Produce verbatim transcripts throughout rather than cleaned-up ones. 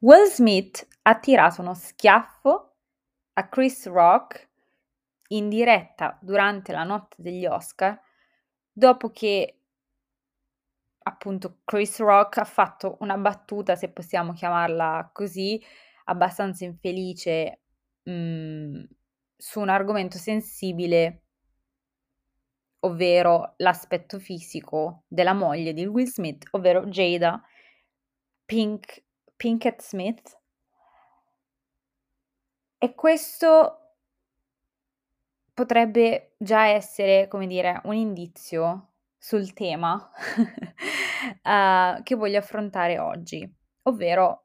Will Smith ha tirato uno schiaffo a Chris Rock in diretta durante la notte degli Oscar, dopo che appunto Chris Rock ha fatto una battuta, se possiamo chiamarla così, abbastanza infelice, mhmm, su un argomento sensibile, ovvero l'aspetto fisico della moglie di Will Smith, ovvero Jada Pink Pinkett Smith. E questo potrebbe già essere, come dire, un indizio sul tema, uhm, che voglio affrontare oggi, ovvero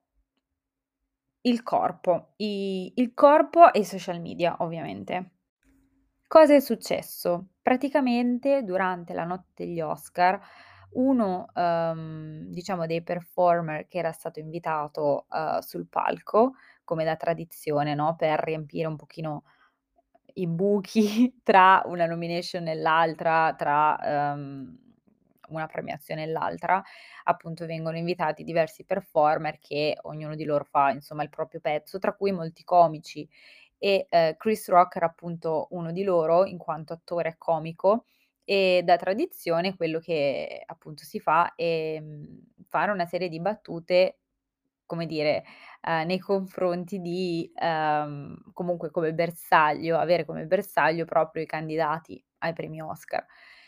il corpo, i il corpo e i social media, ovviamente. Cosa è successo? Praticamente durante la notte degli Oscar uno, uhm, diciamo dei performer che era stato invitato, uhm, sul palco, come da tradizione, no, per riempire un pochino i buchi tra una nomination e l'altra, tra, uhm, una premiazione e l'altra, appunto vengono invitati diversi performer che ognuno di loro fa insomma il proprio pezzo, tra cui molti comici e, ehm, Chris Rock era appunto uno di loro in quanto attore comico e da tradizione quello che appunto si fa è, mhmm, fare una serie di battute, come dire, ehm, nei confronti di, ehm, comunque come bersaglio avere come bersaglio proprio i candidati ai premi Oscar.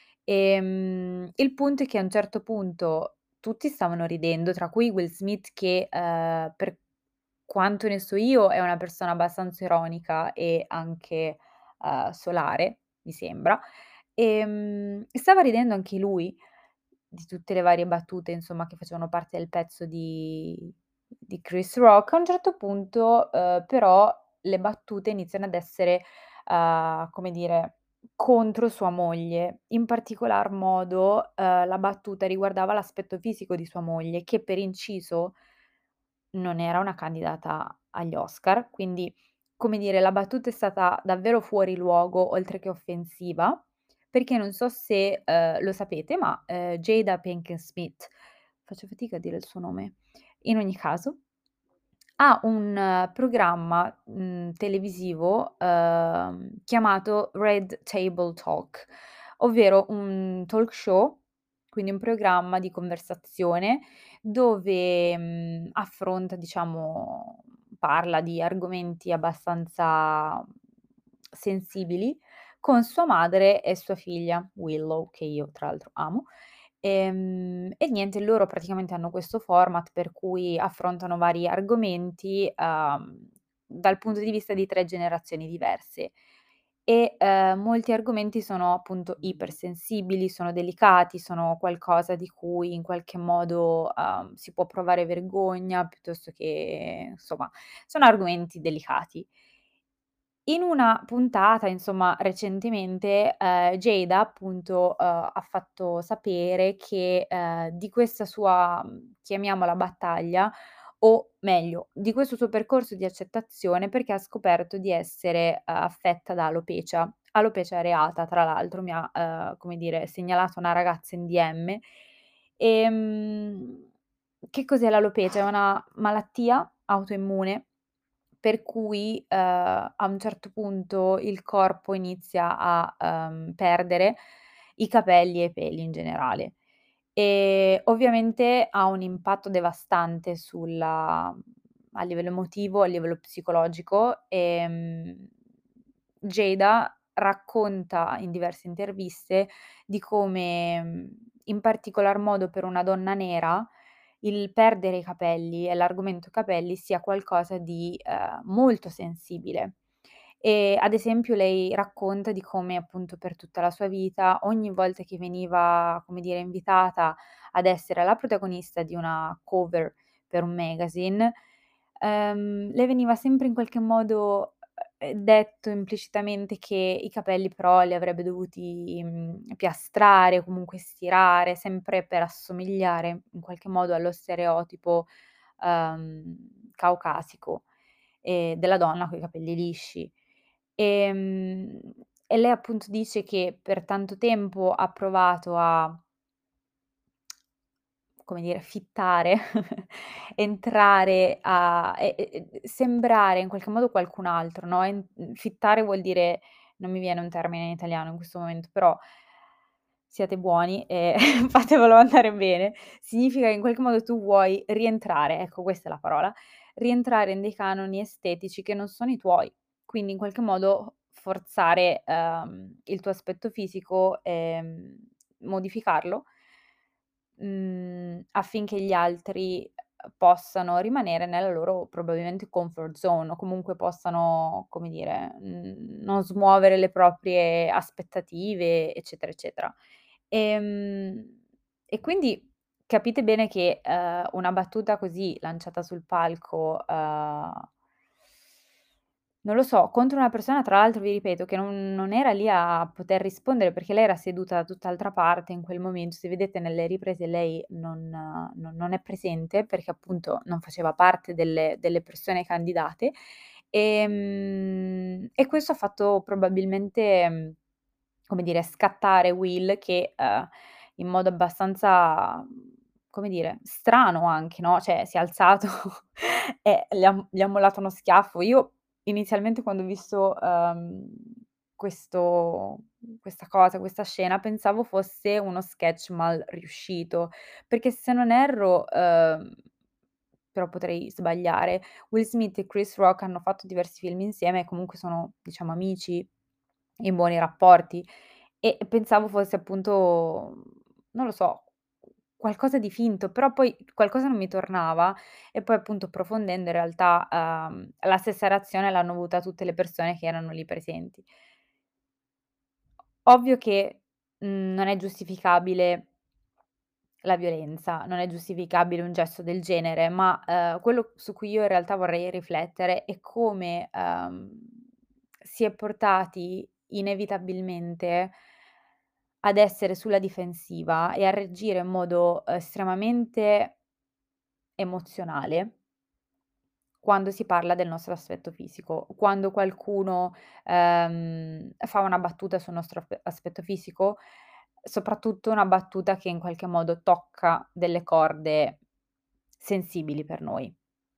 Ehm, il punto è che a un certo punto tutti stavano ridendo, tra cui Will Smith che, ehm, per quanto ne so io, è una persona abbastanza ironica e anche, uhm, solare, mi sembra. Ehm, e stava ridendo anche lui di tutte le varie battute, insomma, che facevano parte del pezzo di di Chris Rock. A un certo punto, uhm, però le battute iniziano ad essere, uhm, come dire, contro sua moglie. In particolar modo, uhm, la battuta riguardava l'aspetto fisico di sua moglie, che per inciso non era una candidata agli Oscar, quindi, come dire, la battuta è stata davvero fuori luogo, oltre che offensiva, perché non so se, uhm, lo sapete, ma, ehm, Jada Pinkett Smith, faccio fatica a dire il suo nome, in ogni caso, ha un eh, programma, mhmm, televisivo, uhm, chiamato Red Table Talk, ovvero un talk show, quindi un programma di conversazione dove, mhmm, affronta diciamo parla di argomenti abbastanza sensibili con sua madre e sua figlia Willow, che io tra l'altro amo. Ehm, e niente, loro praticamente hanno questo format per cui affrontano vari argomenti, uhm, dal punto di vista di tre generazioni diverse. E, ehm, molti argomenti sono appunto ipersensibili, sono delicati, sono qualcosa di cui in qualche modo, uhm, si può provare vergogna, piuttosto che insomma, sono argomenti delicati. In una puntata, insomma, recentemente, ehm, Jada appunto, uhm, ha fatto sapere che, ehm, di questa sua, mhmm, chiamiamola battaglia, o meglio, di questo suo percorso di accettazione, perché ha scoperto di essere, uhm, affetta da alopecia, alopecia areata tra l'altro, mi ha, uhm, come dire, segnalato una ragazza in D M. Ehm, che cos'è l'alopecia? È una malattia autoimmune per cui, uhm, a un certo punto il corpo inizia a, uhm, perdere i capelli e i peli in generale. E ovviamente ha un impatto devastante sulla a livello emotivo, a livello psicologico. Ehm, Jada racconta in diverse interviste di come, mhmm, in particolar modo per una donna nera, il perdere i capelli e l'argomento capelli sia qualcosa di, ehm, molto sensibile. E ad esempio lei racconta di come appunto per tutta la sua vita, ogni volta che veniva, come dire, invitata ad essere la protagonista di una cover per un magazine, ehm, le veniva sempre in qualche modo, ehm, detto implicitamente che i capelli però li avrebbe dovuti, mhmm, piastrare o comunque stirare, sempre per assomigliare in qualche modo allo stereotipo, uhm, caucasico, ehm, della donna coi capelli lisci. Ehm, e lei appunto dice che per tanto tempo ha provato a come dire, fittare, entrare a e e e sembrare in qualche modo qualcun altro, no, en mhmm, fittare vuol dire non mi viene un termine in italiano in questo momento, però siate buoni e fatevelo andare bene. Significa che in qualche modo tu vuoi rientrare, ecco questa è la parola, rientrare in dei canoni estetici che non sono i tuoi. Quindi in qualche modo forzare, uhm, il tuo aspetto fisico, ehm, modificarlo, mhmm, affinché gli altri, uhm, possano rimanere nella loro probabilmente comfort zone o comunque possano, come dire, mhmm, non smuovere le proprie aspettative, eccetera, eccetera. Ehm, e quindi capite bene che, uhm, una battuta così lanciata sul palco, uhm non lo so, contro una persona tra l'altro vi ripeto che non non era lì a poter rispondere perché lei era seduta da tutt'altra parte in quel momento. Se vedete nelle riprese lei non non non è presente perché appunto non faceva parte delle delle persone candidate, ehm, e questo ha fatto probabilmente, mhmm, come dire, scattare Will che, uhm, in modo abbastanza, mhmm, come dire, strano anche, no, cioè si è alzato e le ha gli ha mollato uno schiaffo. Io inizialmente quando ho visto, uhm, questo questa cosa, questa scena, pensavo fosse uno sketch mal riuscito, perché se non erro, uhm, però potrei sbagliare, Will Smith e Chris Rock hanno fatto diversi film insieme e comunque sono, diciamo, amici, in buoni rapporti e pensavo fosse appunto, non lo so, qualcosa di finto, però poi qualcosa non mi tornava e poi appunto approfondendo in realtà, uhm, la stessa reazione l'hanno avuta tutte le persone che erano lì presenti. Ovvio che, mhmm, non è giustificabile la violenza, non è giustificabile un gesto del genere, ma, ehm, quello su cui io in realtà vorrei riflettere è come, uhm, si è portati inevitabilmente ad essere sulla difensiva e a reagire in modo estremamente emozionale quando si parla del nostro aspetto fisico. Quando qualcuno, ehm, fa una battuta sul nostro ape aspetto fisico, soprattutto una battuta che in qualche modo tocca delle corde sensibili per noi.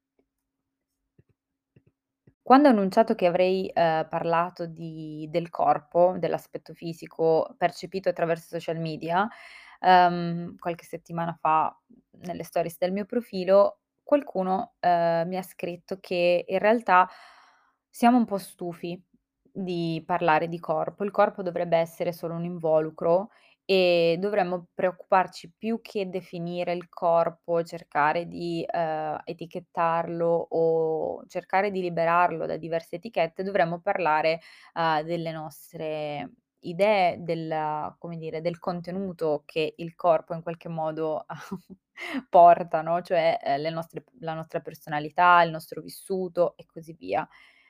Quando ho annunciato che avrei, ehm, parlato di del corpo, dell'aspetto fisico percepito attraverso i social media, ehm, qualche settimana fa nelle stories del mio profilo, qualcuno, ehm, mi ha scritto che in realtà siamo un po' stufi di parlare di corpo. Il corpo dovrebbe essere solo un involucro e dovremmo preoccuparci più che definire il corpo, cercare di, ehm, etichettarlo o cercare di liberarlo da diverse etichette, dovremmo parlare, uhm, delle nostre idee, del come dire, del contenuto che il corpo in qualche modo porta, no, cioè, ehm, le nostre la nostra personalità, il nostro vissuto e così via.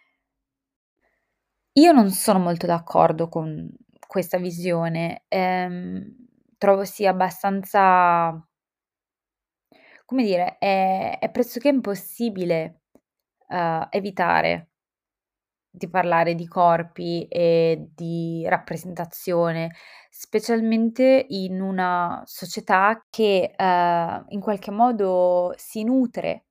Io non sono molto d'accordo con questa visione, ehm, trovo sia abbastanza come dire, è è pressoché impossibile, uhm, evitare di parlare di corpi e di rappresentazione, specialmente in una società che, uhm, in qualche modo si nutre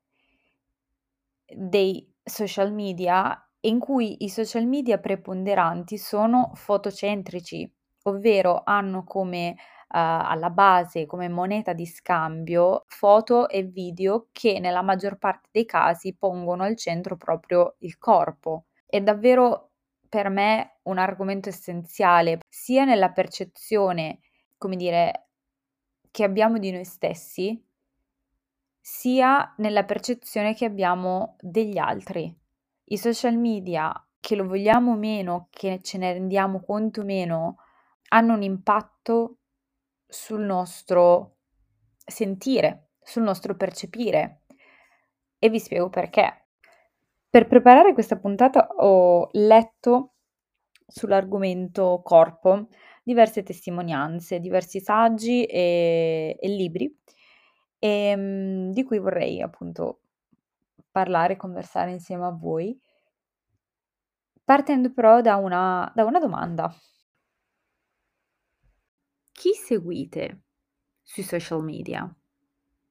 dei social media e in cui i social media preponderanti sono fotocentrici, ovvero hanno come, uhm, alla base, come moneta di scambio, foto e video che nella maggior parte dei casi pongono al centro proprio il corpo. È davvero per me un argomento essenziale, sia nella percezione, come dire, che abbiamo di noi stessi, sia nella percezione che abbiamo degli altri. I social media, che lo vogliamo o meno, che ce ne rendiamo conto o meno, hanno un impatto sul nostro sentire, sul nostro percepire e vi spiego perché. Per preparare questa puntata ho letto sull'argomento corpo diverse testimonianze, diversi saggi, ehm, e libri, ehm, di cui vorrei appunto parlare e conversare insieme a voi, partendo però da una da una domanda: chi seguite sui social media?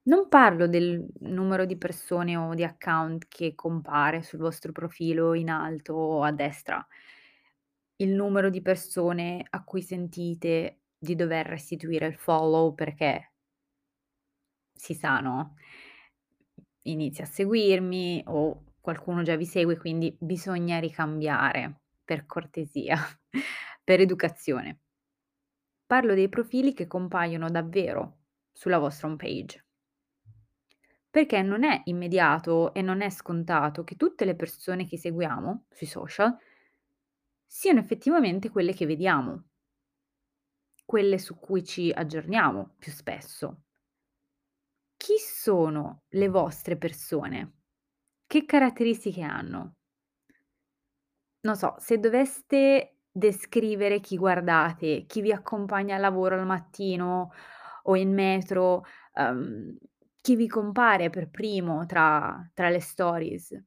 Non parlo del numero di persone o di account che compare sul vostro profilo in alto o a destra. Il numero di persone a cui sentite di dover restituire il follow perché si sa, no, inizia a seguirmi o qualcuno già vi segue, quindi bisogna ricambiare, per cortesia, per educazione. Parlo dei profili che compaiono davvero sulla vostra home page. Perché non è immediato e non è scontato che tutte le persone che seguiamo sui social siano effettivamente quelle che vediamo, quelle su cui ci aggiorniamo più spesso. Chi sono le vostre persone? Che caratteristiche hanno? Non so, se doveste descrivere chi guardate, chi vi accompagna al lavoro al mattino o in metro, uhm, chi vi compare per primo tra tra le stories.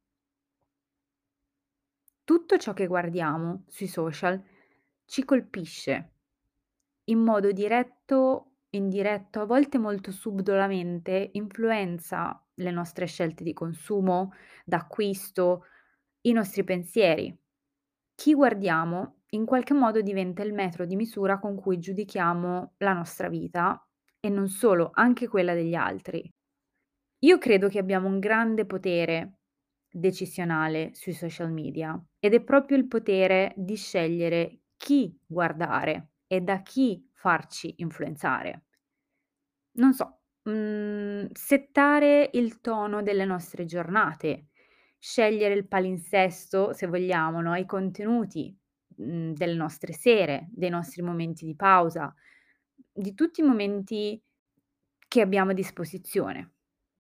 Tutto ciò che guardiamo sui social ci colpisce in modo diretto, indiretto, a volte molto subdolamente, influenza le nostre scelte di consumo, d'acquisto, i nostri pensieri. Chi guardiamo in qualche modo diventa il metro di misura con cui giudichiamo la nostra vita e non solo, anche quella degli altri. Io credo che abbiamo un grande potere decisionale sui social media ed è proprio il potere di scegliere chi guardare e da chi farci influenzare. Non so, mhmm, settare il tono delle nostre giornate, scegliere il palinsesto, se vogliamo, no, i contenuti, mhmm, delle nostre sere, dei nostri momenti di pausa, di tutti i momenti che abbiamo a disposizione.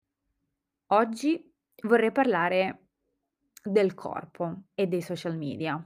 Oggi vorrei parlare del corpo e dei social media.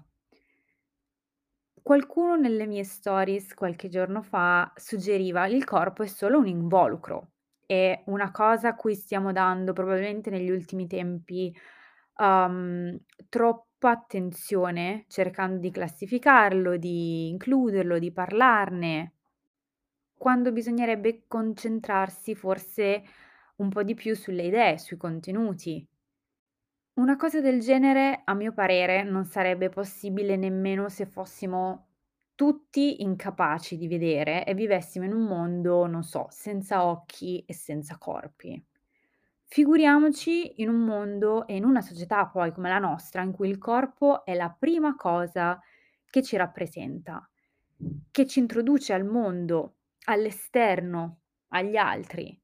Qualcuno nelle mie stories qualche giorno fa suggeriva: "Il corpo è solo un involucro". È una cosa a cui stiamo dando probabilmente negli ultimi tempi, uhm, troppa attenzione, cercando di classificarlo, di includerlo, di parlarne, quando bisognerebbe concentrarsi forse un po' di più sulle idee, sui contenuti. Una cosa del genere, a mio parere, non sarebbe possibile nemmeno se fossimo tutti incapaci di vedere e vivessimo in un mondo, non so, senza occhi e senza corpi. Figuriamoci in un mondo e in una società poi come la nostra, in cui il corpo è la prima cosa che ci rappresenta, che ci introduce al mondo, all'esterno, agli altri.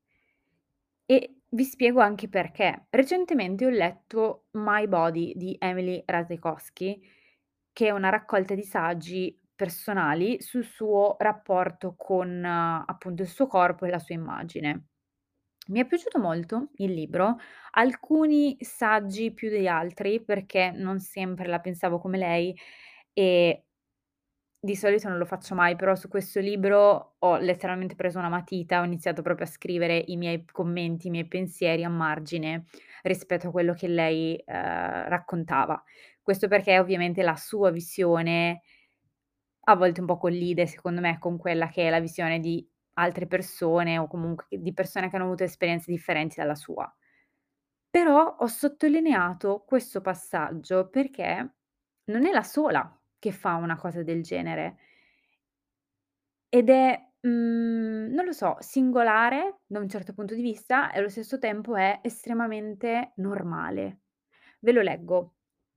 E vi spiego anche perché. Recentemente ho letto My Body di Emily Ratajkowski, che è una raccolta di saggi personali sul suo rapporto con, eh, appunto, il suo corpo e la sua immagine. Mi è piaciuto molto il libro, alcuni saggi più degli altri, perché non sempre la pensavo come lei e di solito non lo faccio mai, però su questo libro ho letteralmente preso una matita, ho iniziato proprio a scrivere i miei commenti, i miei pensieri a margine rispetto a quello che lei, ehm, raccontava. Questo perché ovviamente la sua visione a volte un po' collide, secondo me, con quella che è la visione di altre persone o comunque di persone che hanno avuto esperienze differenti dalla sua. Però ho sottolineato questo passaggio perché non è la sola che fa una cosa del genere. Ed è, mhmm, non lo so, singolare da un certo punto di vista e allo stesso tempo è estremamente normale. Ve lo leggo.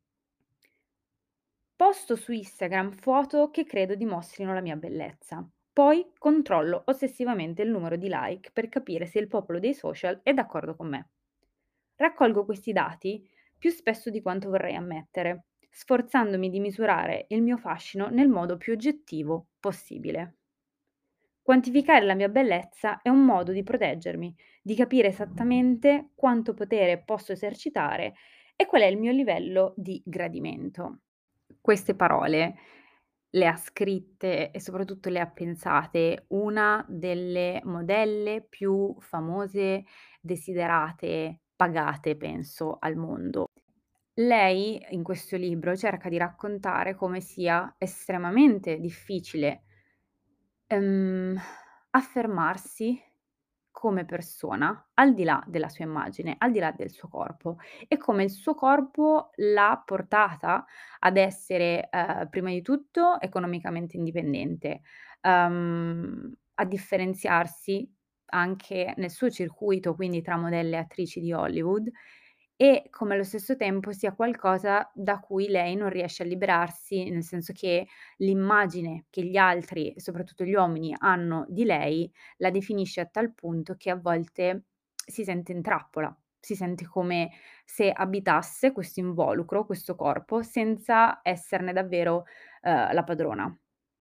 Posto su Instagram foto che credo dimostrino la mia bellezza. Poi controllo ossessivamente il numero di like per capire se il popolo dei social è d'accordo con me. Raccolgo questi dati più spesso di quanto vorrei ammettere, sforzandomi di misurare il mio fascino nel modo più oggettivo possibile. Quantificare la mia bellezza è un modo di proteggermi, di capire esattamente quanto potere posso esercitare e qual è il mio livello di gradimento. Queste parole le ha scritte e soprattutto le ha pensate una delle modelle più famose, desiderate, pagate penso al mondo. Lei in questo libro cerca di raccontare come sia estremamente difficile, ehm, affermarsi come persona, al di là della sua immagine, al di là del suo corpo e come il suo corpo l'ha portata ad essere, ehm, prima di tutto economicamente indipendente, uhm, a differenziarsi anche nel suo circuito, quindi tra modelle e attrici di Hollywood, e come allo stesso tempo sia qualcosa da cui lei non riesce a liberarsi, nel senso che l'immagine che gli altri, e soprattutto gli uomini, hanno di lei la definisce a tal punto che a volte si sente in trappola, si sente come se abitasse questo involucro, questo corpo, senza esserne davvero, uhm, la padrona.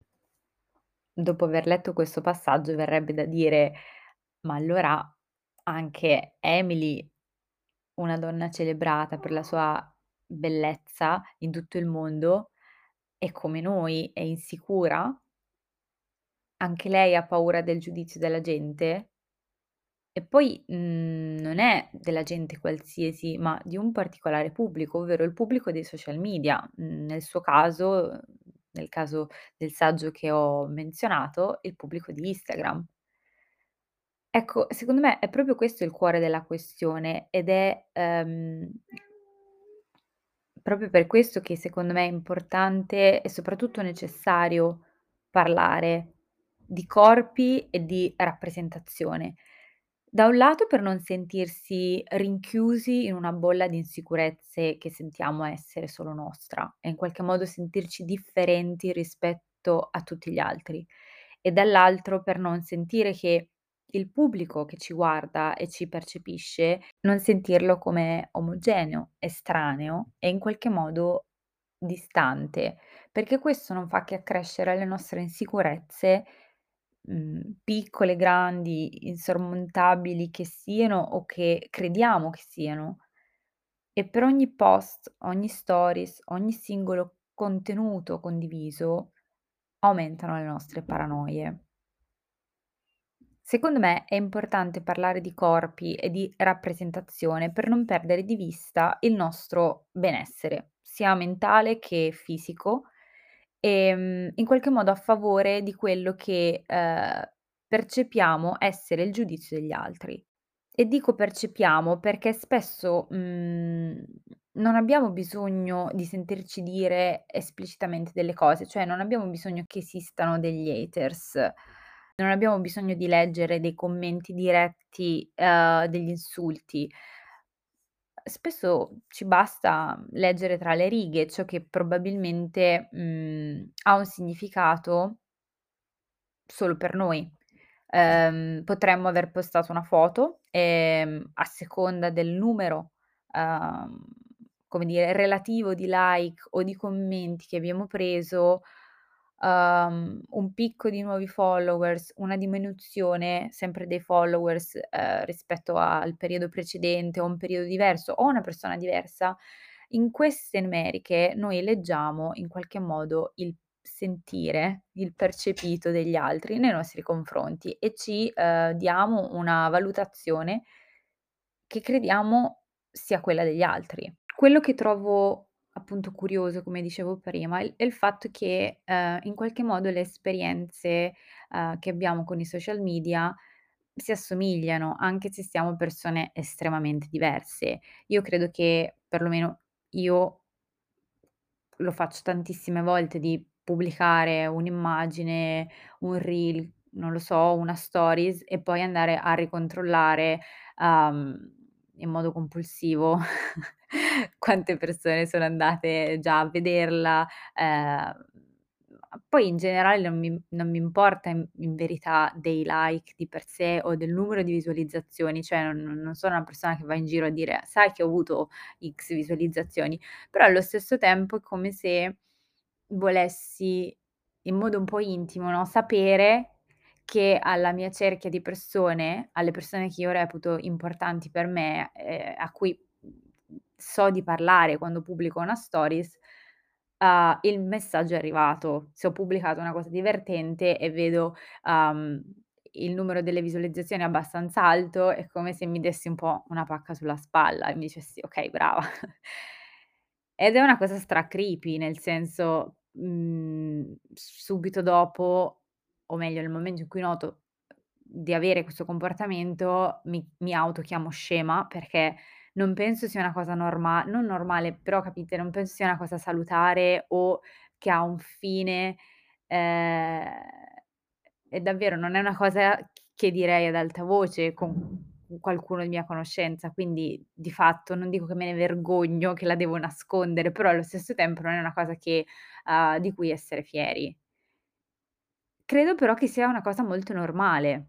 Dopo aver letto questo passaggio verrebbe da dire: ma allora anche Emily, una donna celebrata per la sua bellezza in tutto il mondo, è come noi, è insicura? Anche lei ha paura del giudizio della gente? E poi, mhmm, non è della gente qualsiasi, ma di un particolare pubblico, ovvero il pubblico dei social media. Mhmm, nel suo caso, uhm, nel caso del saggio che ho menzionato, il pubblico di Instagram. Ecco, secondo me è proprio questo il cuore della questione ed è, ehm proprio per questo che secondo me è importante e soprattutto necessario parlare di corpi e di rappresentazione. Da un lato per non sentirsi rinchiusi in una bolla di insicurezze che sentiamo essere solo nostra e in qualche modo sentirci differenti rispetto a tutti gli altri. E dall'altro per non sentire che il pubblico che ci guarda e ci percepisce, non sentirlo come omogeneo, estraneo e in qualche modo distante, perché questo non fa che accrescere le nostre insicurezze, mhmm, piccole, grandi, insormontabili che siano o che crediamo che siano. E per ogni post, ogni stories, ogni singolo contenuto condiviso aumentano le nostre paranoie. Secondo me è importante parlare di corpi e di rappresentazione per non perdere di vista il nostro benessere, sia mentale che fisico, ehm, in qualche modo a favore di quello che, ehm, percepiamo essere il giudizio degli altri. E dico percepiamo perché spesso, mhmm, non abbiamo bisogno di sentirci dire esplicitamente delle cose, cioè non abbiamo bisogno che esistano degli haters, non abbiamo bisogno di leggere dei commenti diretti, uhm, degli insulti. Spesso ci basta leggere tra le righe ciò che probabilmente, mhmm, ha un significato solo per noi. Ehm, potremmo aver postato una foto, ehm, a seconda del numero, uhm, come dire, relativo di like o di commenti che abbiamo preso, uhm, un picco di nuovi followers, una diminuzione sempre dei followers, ehm, rispetto al periodo precedente o un periodo diverso o una persona diversa, in queste numeriche noi leggiamo in qualche modo il sentire, il percepito degli altri nei nostri confronti e ci, ehm, diamo una valutazione che crediamo sia quella degli altri. Quello che trovo appunto curioso, come dicevo prima, è il è il fatto che, ehm, in qualche modo le esperienze, uhm, che abbiamo con i social media si assomigliano, anche se siamo persone estremamente diverse. Io credo che perlomeno io lo faccio tantissime volte di pubblicare un'immagine, un reel, non lo so, una stories e poi andare a ricontrollare, uhm, in modo compulsivo quante persone sono andate già a vederla, ehm, ma poi in generale non mi non mi importa in in verità dei like di per sé o del numero di visualizzazioni, cioè non non sono una persona che va in giro a dire: "Sai che ho avuto X visualizzazioni", però allo stesso tempo è come se volessi in modo un po' intimo, no, sapere che alla mia cerchia di persone, alle persone che io reputo importanti per me, ehm, a cui, mhmm, so di parlare quando pubblico una stories, uhm, il messaggio è arrivato. Se ho pubblicato una cosa divertente e vedo, uhm, il numero delle visualizzazioni abbastanza alto, è come se mi dessi un po' una pacca sulla spalla e mi dicessi: "Okay, brava." Ed è una cosa stra creepy, nel senso, mhmm, subito dopo, o meglio nel momento in cui noto di avere questo comportamento mi mi autochiamo scema, perché non penso sia una cosa norma non normale, però capite, non penso sia una cosa salutare o che ha un fine, ehm, e davvero non è una cosa che direi ad alta voce con qualcuno di mia conoscenza, quindi di fatto non dico che me ne vergogno, che la devo nascondere, però allo stesso tempo non è una cosa che uhm, di cui essere fieri. Credo però che sia una cosa molto normale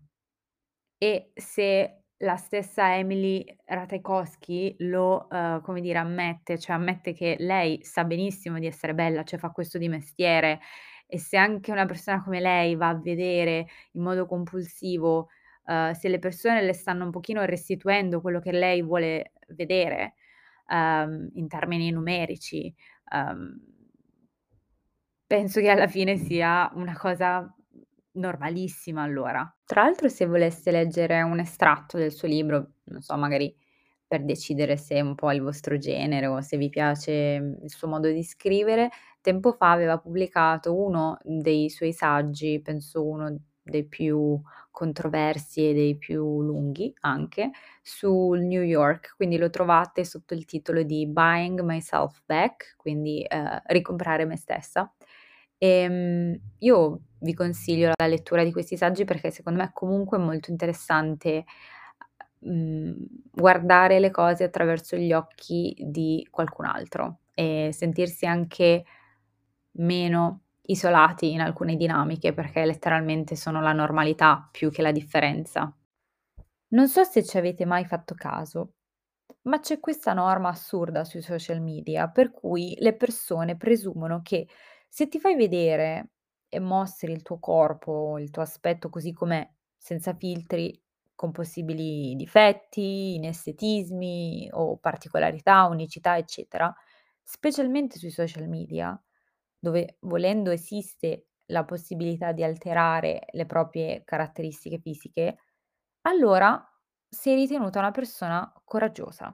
e se la stessa Emily Ratajkowski lo, uhm, come dire, ammette, cioè ammette che lei sa benissimo di essere bella, cioè fa questo di mestiere e se anche una persona come lei va a vedere in modo compulsivo, uhm, se le persone le stanno un pochino restituendo quello che lei vuole vedere, uhm, in termini numerici, uhm penso che alla fine sia una cosa normalissima allora. Tra l'altro se voleste leggere un estratto del suo libro, non so, magari per decidere se è un po' il vostro genere o se vi piace, mhmm, il suo modo di scrivere, tempo fa aveva pubblicato uno dei suoi saggi, penso uno dei più controversi e dei più lunghi anche, sul New York, quindi lo trovate sotto il titolo di Buying Myself Back, quindi, ehm, ricomprare me stessa. Ehm, io vi consiglio la lettura di questi saggi perché secondo me comunque è molto interessante, mhmm, guardare le cose attraverso gli occhi di qualcun altro e sentirsi anche meno isolati in alcune dinamiche, perché letteralmente sono la normalità più che la differenza. Non so se ci avete mai fatto caso, ma c'è questa norma assurda sui social media per cui le persone presumono che se ti fai vedere e mostri il tuo corpo, il tuo aspetto così com'è, senza filtri, con possibili difetti, inestetismi o particolarità, unicità, eccetera, specialmente sui social media, dove volendo esiste la possibilità di alterare le proprie caratteristiche fisiche, allora sei ritenuta una persona coraggiosa.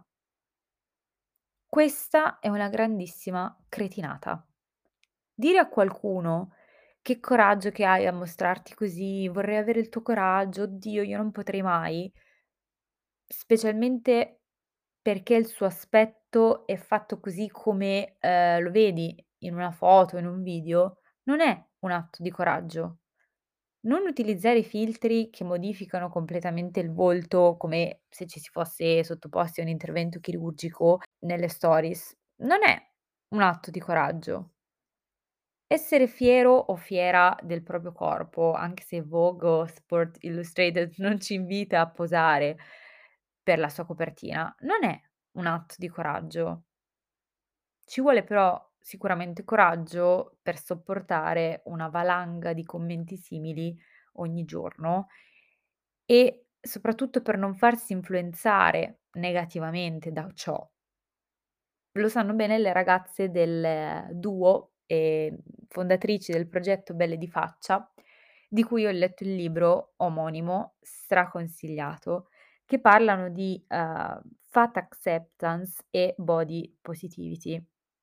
Questa è una grandissima cretinata. Dire a qualcuno: "Che coraggio che hai a mostrarti così, vorrei avere il tuo coraggio, oddio io non potrei mai", specialmente perché il suo aspetto è fatto così come, ehm, lo vedi in una foto, in un video, non è un atto di coraggio. Non utilizzare i filtri che modificano completamente il volto, come se ci si fosse sottoposti a un intervento chirurgico nelle stories, non è un atto di coraggio. Essere fiero o fiera del proprio corpo, anche se Vogue o Sport Illustrated non ci invita a posare per la sua copertina, non è un atto di coraggio. Ci vuole però sicuramente coraggio per sopportare una valanga di commenti simili ogni giorno e soprattutto per non farsi influenzare negativamente da ciò. Lo sanno bene le ragazze del duo e fondatrici del progetto Belle di Faccia, di cui ho letto il libro omonimo, straconsigliato, che parlano di, uhm, fat acceptance e body positivity.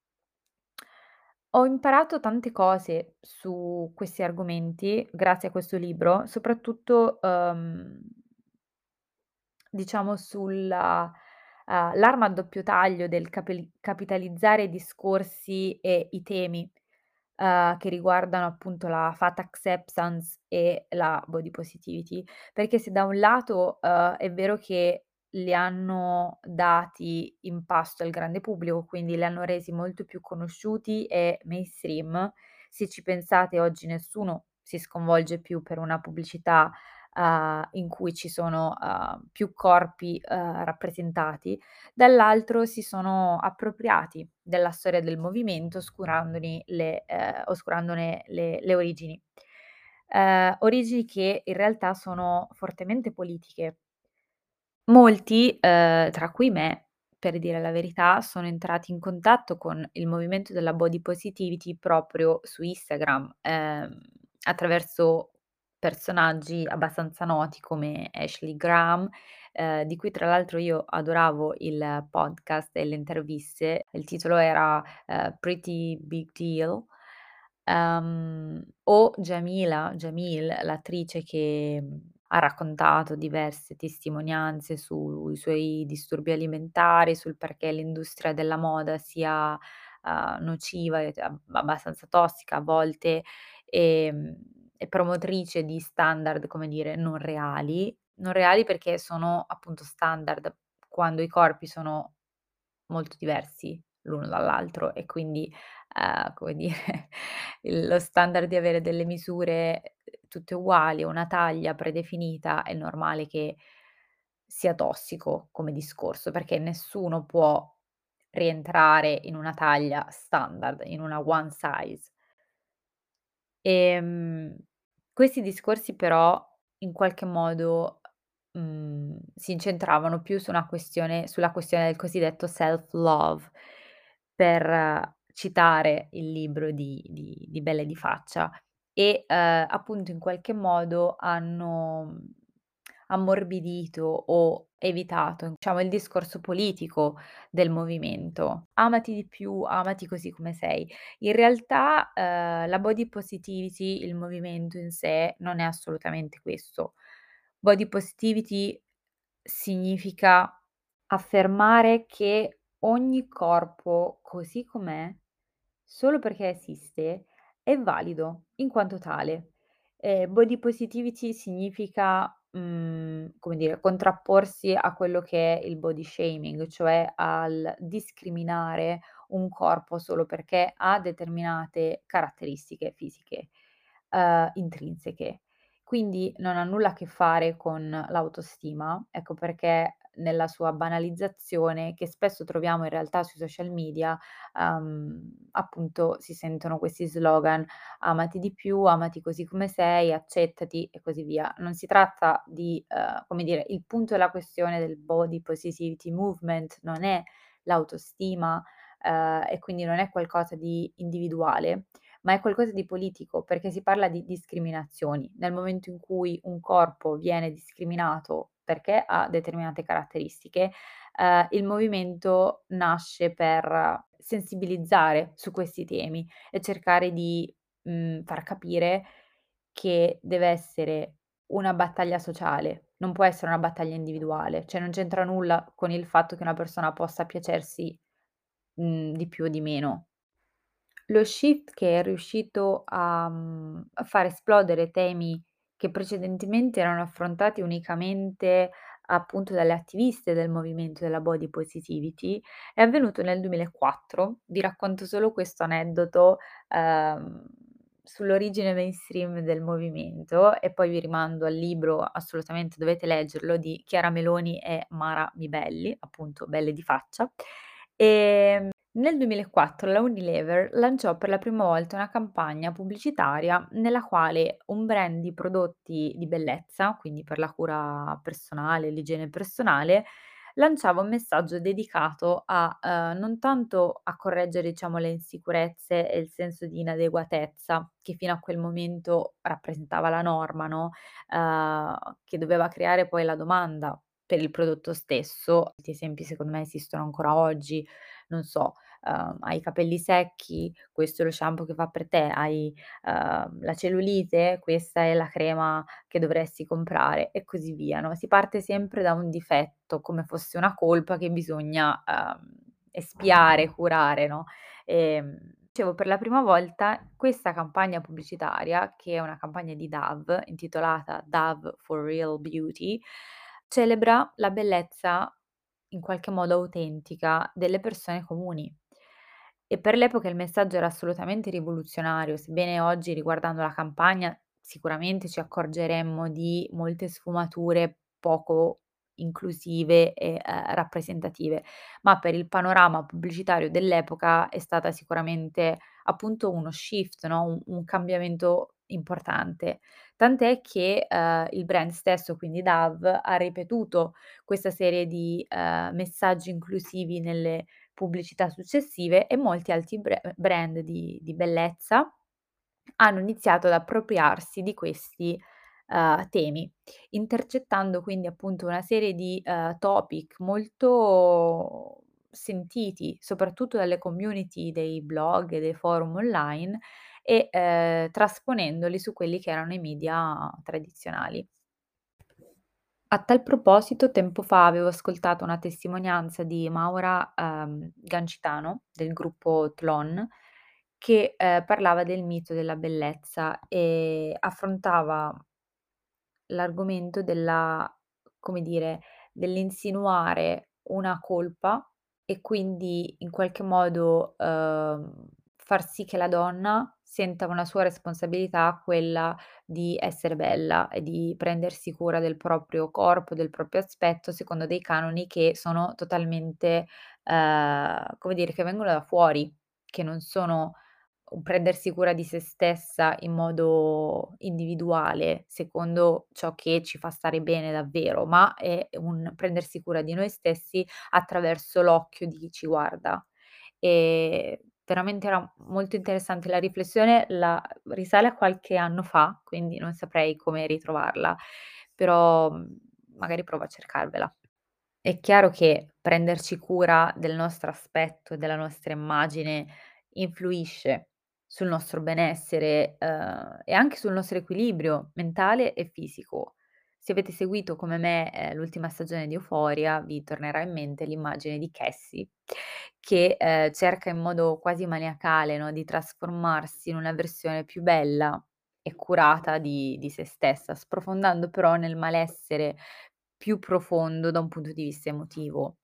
Ho imparato tante cose su questi argomenti grazie a questo libro, soprattutto, uhm diciamo sulla uhm, l'arma a doppio taglio del capeli capitalizzare i discorsi e i temi, uhm, che riguardano appunto la fat acceptance e la body positivity. Perché se da un lato, uhm, è vero che li hanno dati in pasto al grande pubblico, quindi li hanno resi molto più conosciuti e mainstream, se ci pensate oggi nessuno si sconvolge più per una pubblicità uhm, in cui ci sono, uhm, più corpi, uhm, rappresentati, dall'altro si sono appropriati della storia del movimento oscurandone le ehm, oscurandone le le origini. Ehm, origini che in realtà sono fortemente politiche. Molti, ehm, tra cui me, per dire la verità, sono entrati in contatto con il movimento della body positivity proprio su Instagram, ehm, attraverso personaggi abbastanza noti come Ashley Graham, ehm, di cui tra l'altro io adoravo il podcast e le interviste. Il titolo era, ehm, Pretty Big Deal, ehm, o Jamila Jamil, l'attrice che, mhmm, ha raccontato diverse testimonianze sui suoi disturbi alimentari, sul perché l'industria della moda sia, uhm, nociva e t ab abbastanza tossica a volte, ehm, e promotrice di standard, come dire, non reali. Non reali perché sono appunto standard quando i corpi sono molto diversi l'uno dall'altro e quindi, ehm, come dire, il lo standard di avere delle misure, ehm, tutte uguali, una taglia predefinita, è normale che sia tossico come discorso, perché nessuno può rientrare in una taglia standard, in una one size. Ehm, questi discorsi però in qualche modo, mhmm, si incentravano più su una questione sulla questione del cosiddetto self-love, per citare il libro di di di Belle di Faccia e, ehm, appunto in qualche modo hanno, mhmm, ammorbidito o evitato, diciamo, il discorso politico del movimento. Amati di più, amati così come sei. In realtà, ehm, la body positivity, il movimento in sé, non è assolutamente questo. Body positivity significa affermare che ogni corpo così com'è, solo perché esiste, è valido in quanto tale. Ehm, body positivity significa, mhmm, come dire, contrapporsi a quello che è il body shaming, cioè al discriminare un corpo solo perché ha determinate caratteristiche fisiche, uhm, intrinseche. Quindi non ha nulla a che fare con l'autostima, ecco perché nella sua banalizzazione, che spesso troviamo in realtà sui social media, uhm, appunto si sentono questi slogan: "Amati di più, amati così come sei, accettati" e così via. Non si tratta di uhm, come dire, il punto della questione del body positivity movement non è l'autostima, uhm, e quindi non è qualcosa di individuale, ma è qualcosa di politico, perché si parla di discriminazioni. Nel momento in cui un corpo viene discriminato perché ha determinate caratteristiche, ehm, il movimento nasce per sensibilizzare su questi temi e cercare di, mhmm, far capire che deve essere una battaglia sociale, non può essere una battaglia individuale, cioè non c'entra nulla con il fatto che una persona possa piacersi, mhmm, di più o di meno. Lo shift che è riuscito a mhmm, a far esplodere temi che precedentemente erano affrontati unicamente, appunto, dalle attiviste del movimento della body positivity, è avvenuto nel duemilaquattro. Vi racconto solo questo aneddoto, ehm, sull'origine mainstream del movimento e poi vi rimando al libro, assolutamente dovete leggerlo, di Chiara Meloni e Mara Mibelli, appunto Belle di Faccia. Ehm, nel duemilaquattro la Unilever lanciò per la prima volta una campagna pubblicitaria nella quale un brand di prodotti di bellezza, quindi per la cura personale, l'igiene personale, lanciava un messaggio dedicato a, ehm, non tanto a correggere, diciamo, le insicurezze e il senso di inadeguatezza che fino a quel momento rappresentava la norma, no, ehm, che doveva creare poi la domanda per il prodotto stesso. Molti esempi secondo me esistono ancora oggi, non so, uhm, hai i capelli secchi, questo è lo shampoo che fa per te, hai, uhm, la cellulite, questa è la crema che dovresti comprare e così via, no, si parte sempre da un difetto, come fosse una colpa che bisogna, uhm, espiare, curare, no, ehm, dicevo per la prima volta questa campagna pubblicitaria, che è una campagna di Dove, intitolata Dove for Real Beauty, celebra la bellezza in qualche modo autentica delle persone comuni. E per l'epoca il messaggio era assolutamente rivoluzionario, sebbene oggi riguardando la campagna sicuramente ci accorgeremmo di molte sfumature poco inclusive e, ehm, rappresentative, ma per il panorama pubblicitario dell'epoca è stata sicuramente appunto uno shift, no, un un cambiamento importante. Tant'è che, ehm, il brand stesso, quindi Dove, ha ripetuto questa serie di, ehm, messaggi inclusivi nelle pubblicità successive e molti altri bre brand di di bellezza hanno iniziato ad appropriarsi di questi, ehm, temi, intercettando quindi appunto una serie di, ehm, topic molto sentiti, soprattutto dalle community dei blog e dei forum online e, ehm, trasponendoli su quelli che erano i media tradizionali. A tal proposito, tempo fa avevo ascoltato una testimonianza di Maura, uhm, Gancitano del gruppo Tlon, che, ehm, parlava del mito della bellezza e affrontava l'argomento della come dire, dell'insinuare una colpa e quindi in qualche modo, uhm, far sì che la donna senta una sua responsabilità, quella di essere bella e di prendersi cura del proprio corpo, del proprio aspetto, secondo dei canoni che sono totalmente, ehm, come dire, che vengono da fuori, che non sono un prendersi cura di se stessa in modo individuale, secondo ciò che ci fa stare bene davvero, ma è un prendersi cura di noi stessi attraverso l'occhio di chi ci guarda. Ehm, veramente era molto interessante la riflessione, la risale a qualche anno fa, quindi non saprei come ritrovarla, però, mhmm, magari provo a cercarvela. È chiaro che prenderci cura del nostro aspetto e della nostra immagine influisce sul nostro benessere, uhm, e anche sul nostro equilibrio mentale e fisico. Se avete seguito come me, ehm, l'ultima stagione di Euphoria, vi tornerà in mente l'immagine di Cassie che, ehm, cerca in modo quasi maniacale, no, di trasformarsi in una versione più bella e curata di di se stessa, sprofondando però nel malessere più profondo da un punto di vista emotivo.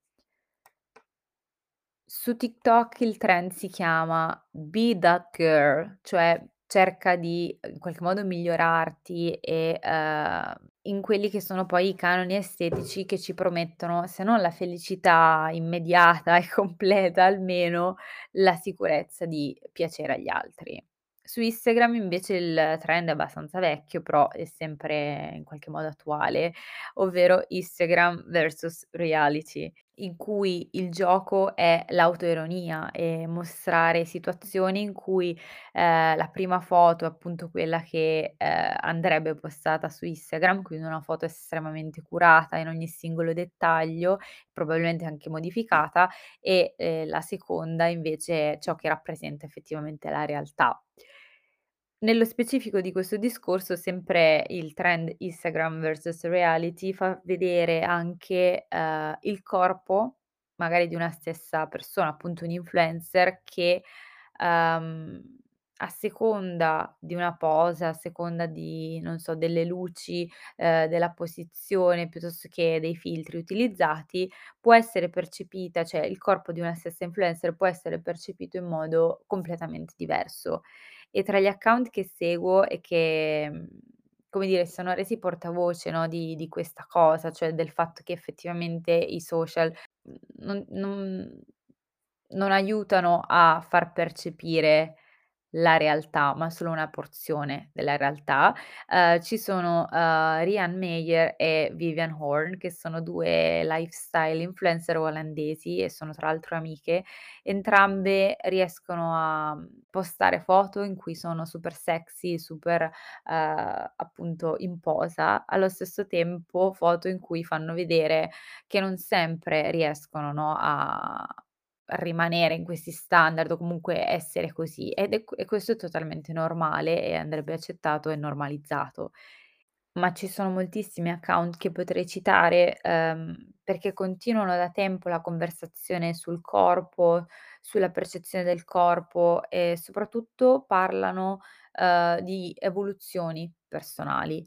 Su TikTok il trend si chiama "Be That Girl", cioè cerca di, in qualche modo migliorarti e, ehm, in quelli che sono poi i canoni estetici che ci promettono, se non la felicità immediata e completa, almeno la sicurezza di piacere agli altri. Su Instagram invece il trend è abbastanza vecchio, però è sempre in qualche modo attuale, ovvero Instagram versus reality, in cui il gioco è l'autoironia e mostrare situazioni in cui, ehm, la prima foto è appunto quella che, ehm, andrebbe postata su Instagram, quindi una foto estremamente curata in ogni singolo dettaglio, probabilmente anche modificata, e, ehm, la seconda invece è ciò che rappresenta effettivamente la realtà. Nello specifico di questo discorso, sempre il trend Instagram versus reality fa vedere anche, ehm, il corpo, magari di una stessa persona, appunto un influencer che, ehm, a seconda di una posa, a seconda di, non so, delle luci, ehm, della posizione, piuttosto che dei filtri utilizzati, può essere percepita, cioè il corpo di una stessa influencer può essere percepito in modo completamente diverso. E tra gli account che seguo e che, mhmm, come dire, si sono resi portavoce, no, di di questa cosa, cioè del fatto che effettivamente i social, mhmm, non non non aiutano a far percepire la realtà, ma solo una porzione della realtà. Ehm, ci sono, uhm, Rian Meyer e Vivian Horn, che sono due lifestyle influencer olandesi e sono tra l'altro amiche. Entrambe riescono a, mhmm, postare foto in cui sono super sexy, super, ehm, appunto in posa, allo stesso tempo foto in cui fanno vedere che non sempre riescono, no, a rimanere in questi standard o comunque essere così ed è q e questo è totalmente normale e andrebbe accettato e normalizzato. Ma ci sono moltissimi account che potrei citare, ehm, perché continuano da tempo la conversazione sul corpo, sulla percezione del corpo e soprattutto parlano, ehm, di evoluzioni personali.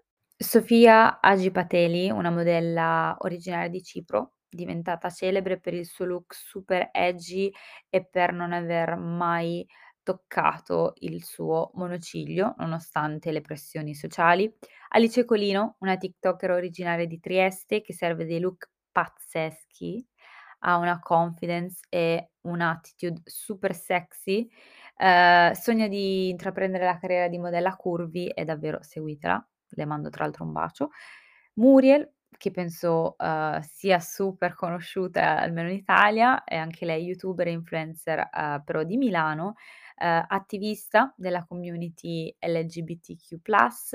Sofia Hajipateli, una modella originaria di Cipro, diventata celebre per il suo look super edgy e per non aver mai toccato il suo monociglio, nonostante le pressioni sociali. Alice Colino, una TikToker originaria di Trieste che serve dei look pazzeschi, ha una confidence e un'attitude super sexy, ehm, sogna di intraprendere la carriera di modella curvy e davvero seguitela, le mando tra l'altro un bacio. Muriel, che penso, uhm, sia super conosciuta almeno in Italia, è anche lei youtuber e influencer, uhm, però di Milano, ehm, attivista della community L G B T Q plus,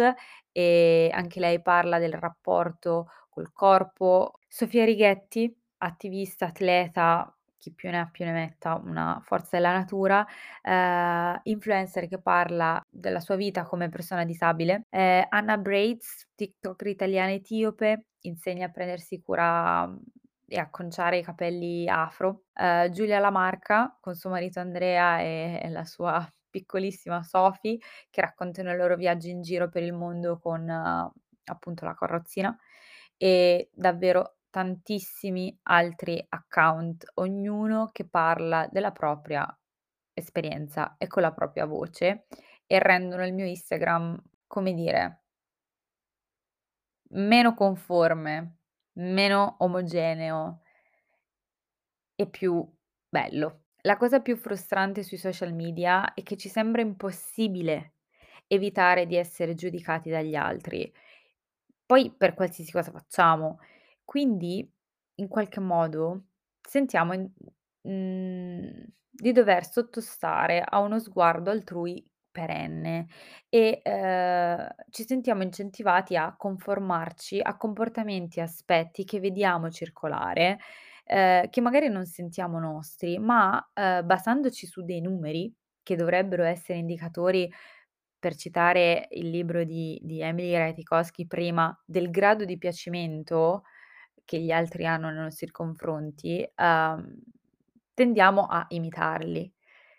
e anche lei parla del rapporto col corpo. Sofia Righetti, attivista, atleta, chi più ne ha più ne metta, una forza della natura, ehm, influencer che parla della sua vita come persona disabile, ehm, Anna Braids, TikToker italiana etiope, insegna a prendersi cura, mhmm, e acconciare i capelli afro, ehm, Giulia La Marca con suo marito Andrea e e la sua piccolissima Sophie, che raccontano i loro viaggi in giro per il mondo con eh, appunto la carrozzina, e davvero tantissimi altri account, ognuno che parla della propria esperienza e con la propria voce e rendono il mio Instagram, come dire, meno conforme, meno omogeneo e più bello. La cosa più frustrante sui social media è che ci sembra impossibile evitare di essere giudicati dagli altri, poi per qualsiasi cosa facciamo. Quindi, in qualche modo, sentiamo in mhmm, di dover sottostare a uno sguardo altrui perenne e, ehm, ci sentiamo incentivati a conformarci a comportamenti e aspetti che vediamo circolare, ehm, che magari non sentiamo nostri, ma, ehm, basandoci su dei numeri, che dovrebbero essere indicatori, per citare il libro di di Emily Ratajkowski prima, del grado di piacimento che gli altri hanno nei nostri confronti, uhm, tendiamo a imitarli.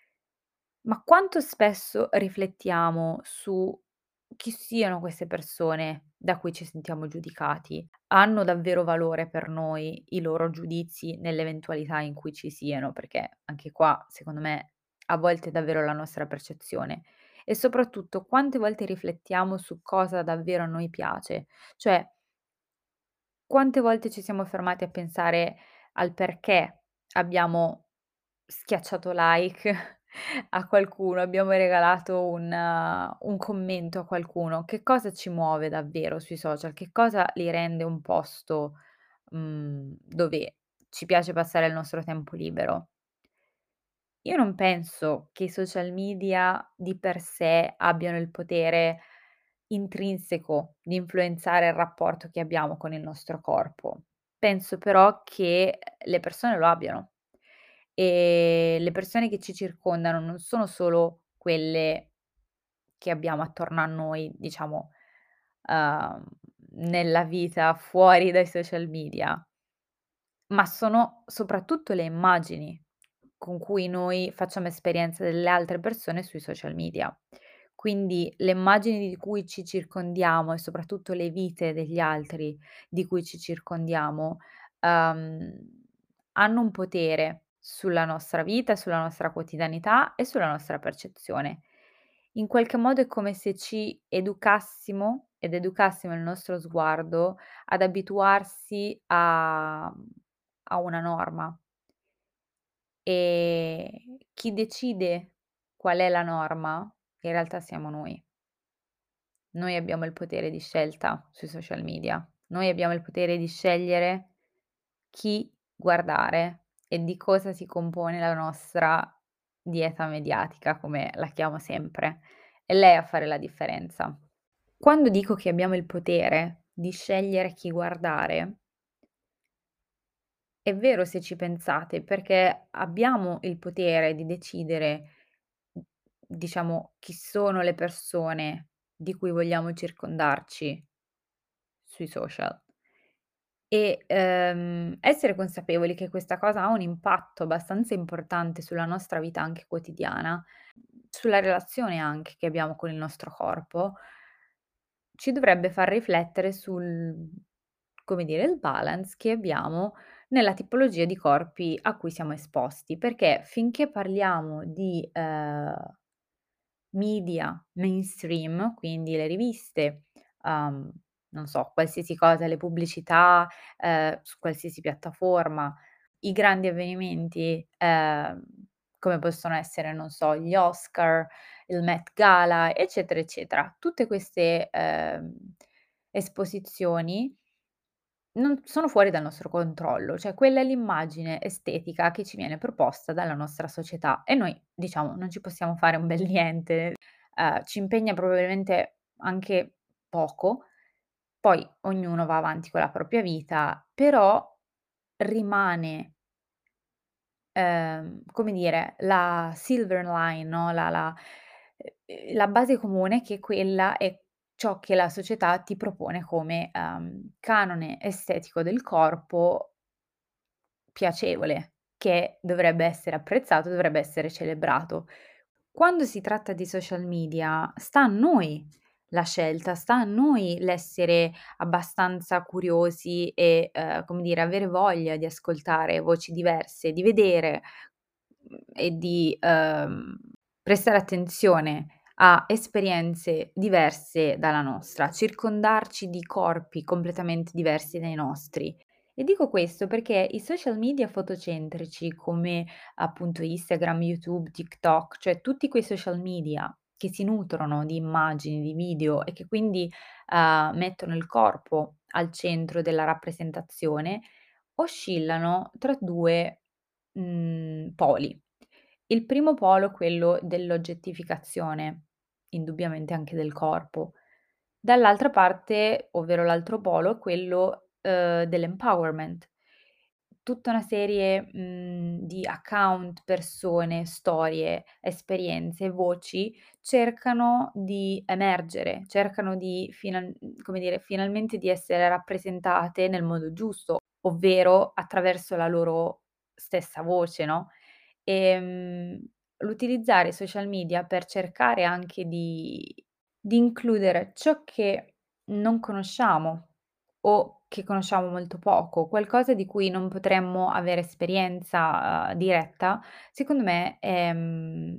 Ma quanto spesso riflettiamo su chi siano queste persone da cui ci sentiamo giudicati? Hanno davvero valore per noi i loro giudizi nell'eventualità in cui ci siano? Perché anche qua, secondo me, a volte è davvero la nostra percezione. E soprattutto, quante volte riflettiamo su cosa davvero a noi piace? Cioè, quante volte ci siamo fermati a pensare al perché abbiamo schiacciato like a qualcuno, abbiamo regalato un un commento a qualcuno, che cosa ci muove davvero sui social? Che cosa li rende un posto, mhmm, dove ci piace passare il nostro tempo libero? Io non penso che i social media di per sé abbiano il potere intrinseco di influenzare il rapporto che abbiamo con il nostro corpo. Penso però che le persone lo abbiano. E le persone che ci circondano non sono solo quelle che abbiamo attorno a noi, diciamo, uhm, nella vita fuori dai social media. Ma sono soprattutto le immagini con cui noi facciamo esperienza delle altre persone sui social media. Quindi le immagini di cui ci circondiamo e soprattutto le vite degli altri di cui ci circondiamo, uhm, hanno un potere sulla nostra vita, sulla nostra quotidianità e sulla nostra percezione. In qualche modo è come se ci educassimo ed educassimo il nostro sguardo ad abituarsi a a una norma. E chi decide qual è la norma, in realtà siamo noi. Noi abbiamo il potere di scelta sui social media. Noi abbiamo il potere di scegliere chi guardare e di cosa si compone la nostra dieta mediatica, come la chiamo sempre. È lei a fare la differenza. Quando dico che abbiamo il potere di scegliere chi guardare, è vero se ci pensate, perché abbiamo il potere di decidere, mhmm, diciamo, chi sono le persone di cui vogliamo circondarci sui social e, ehm, essere consapevoli che questa cosa ha un impatto abbastanza importante sulla nostra vita anche quotidiana, sulla relazione anche che abbiamo con il nostro corpo, ci dovrebbe far riflettere sul, come dire, il balance che abbiamo nella tipologia di corpi a cui siamo esposti, perché finché parliamo di, ehm, media mainstream, quindi le riviste, uhm, non so, qualsiasi cosa, le pubblicità, ehm, su qualsiasi piattaforma, i grandi avvenimenti, ehm, come possono essere, non so, gli Oscar, il Met Gala, eccetera, eccetera. Tutte queste, ehm, esposizioni non sono fuori dal nostro controllo, cioè quella è l'immagine estetica che ci viene proposta dalla nostra società e noi, diciamo, non ci possiamo fare un bel niente. Ehm, ci impegna probabilmente anche poco, poi ognuno va avanti con la propria vita, però rimane ehm, come dire, la silver line, no, la la ehm, la base comune che quella è ciò che la società ti propone come, uhm, canone estetico del corpo piacevole, che dovrebbe essere apprezzato, dovrebbe essere celebrato. Quando si tratta di social media sta a noi la scelta, sta a noi l'essere abbastanza curiosi e, ehm, come dire, avere voglia di ascoltare voci diverse, di vedere, mhmm, e di, ehm, prestare attenzione a esperienze diverse dalla nostra, circondarci di corpi completamente diversi dai nostri. E dico questo perché i social media fotocentrici come appunto Instagram, YouTube, TikTok, cioè tutti quei social media che si nutrono di immagini, di video e che quindi, uhm, mettono il corpo al centro della rappresentazione, oscillano tra due, mhmm, poli. Il primo polo, quello dell'oggettificazione, indubbiamente anche del corpo. Dall'altra parte, ovvero l'altro polo, quello, uhm, dell'empowerment. Tutta una serie, mhmm, di account, persone, storie, esperienze, voci cercano di emergere, cercano di final mhmm, come dire, finalmente di essere rappresentate nel modo giusto, ovvero attraverso la loro stessa voce, no, ehm, l'utilizzare i social media per cercare anche di di includere ciò che non conosciamo o che conosciamo molto poco, qualcosa di cui non potremmo avere esperienza, uhm, diretta, secondo me è mhmm,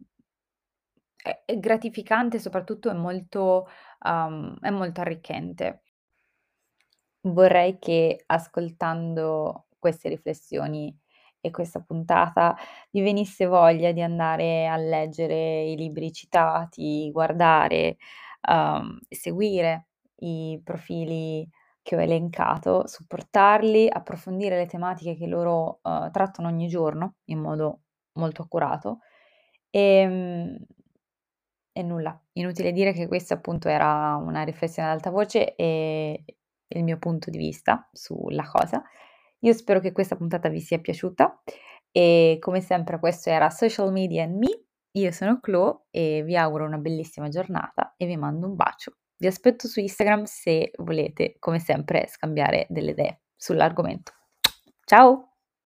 è è gratificante, soprattutto è molto uhm, è molto arricchente. Vorrei che ascoltando queste riflessioni e questa puntata vi venisse voglia di andare a leggere i libri citati, guardare, uhm, seguire i profili che ho elencato, supportarli, approfondire le tematiche che loro, uhm, trattano ogni giorno in modo molto accurato. Ehm, e nulla, inutile dire che questa appunto era una riflessione ad alta voce e il mio punto di vista sulla cosa. Io spero che questa puntata vi sia piaciuta e come sempre questo era Social Media and Me. Io sono Clo e vi auguro una bellissima giornata e vi mando un bacio. Vi aspetto su Instagram se volete, come sempre, scambiare delle idee sull'argomento. Ciao!